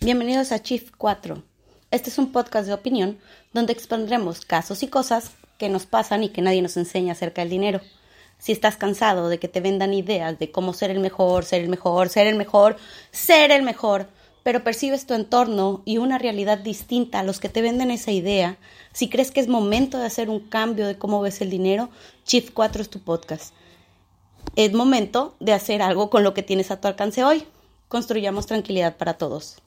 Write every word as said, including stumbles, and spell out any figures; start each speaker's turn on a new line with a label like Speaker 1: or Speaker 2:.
Speaker 1: Bienvenidos a Shift cuatro. Este es un podcast de opinión donde expondremos casos y cosas que nos pasan y que nadie nos enseña acerca del dinero. Si estás cansado de que te vendan ideas de cómo ser el mejor, ser el mejor, ser el mejor, ser el mejor, pero percibes tu entorno y una realidad distinta a los que te venden esa idea, si crees que es momento de hacer un cambio de cómo ves el dinero, Shift cuatro es tu podcast. Es momento de hacer algo con lo que tienes a tu alcance hoy. Construyamos tranquilidad para todos.